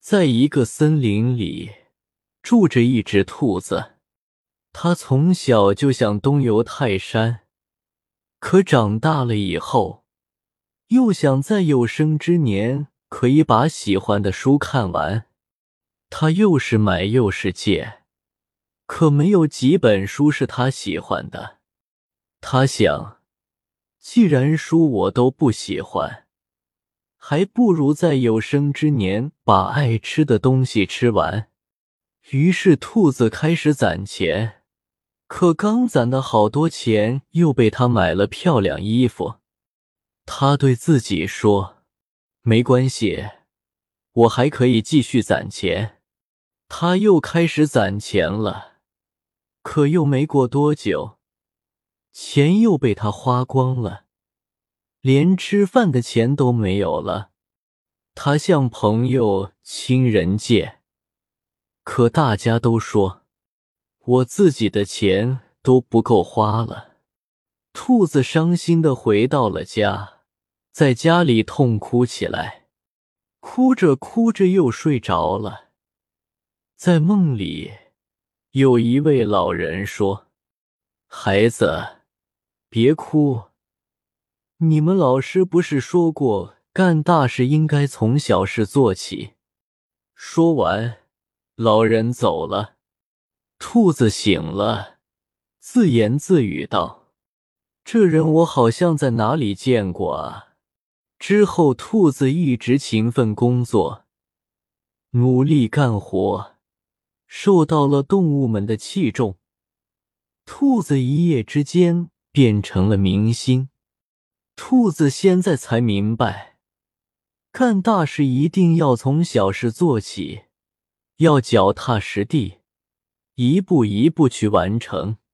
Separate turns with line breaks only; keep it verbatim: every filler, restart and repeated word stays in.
在一个森林里住着一只兔子，它从小就想东游泰山，可长大了以后，又想在有生之年可以把喜欢的书看完。它又是买又是借，可没有几本书是他喜欢的。他想，既然书我都不喜欢，还不如在有生之年把爱吃的东西吃完。于是兔子开始攒钱，可刚攒的好多钱又被他买了漂亮衣服。他对自己说，没关系，我还可以继续攒钱。他又开始攒钱了，可又没过多久，钱又被他花光了，连吃饭的钱都没有了。他向朋友、亲人借，可大家都说，我自己的钱都不够花了。兔子伤心地回到了家，在家里痛哭起来，哭着哭着又睡着了。在梦里，有一位老人说，孩子，别哭，你们老师不是说过，干大事应该从小事做起。说完，老人走了。兔子醒了，自言自语道，这人我好像在哪里见过啊。之后兔子一直勤奋工作，努力干活，受到了动物们的器重。兔子一夜之间变成了明星。兔子现在才明白，干大事一定要从小事做起，要脚踏实地，一步一步去完成。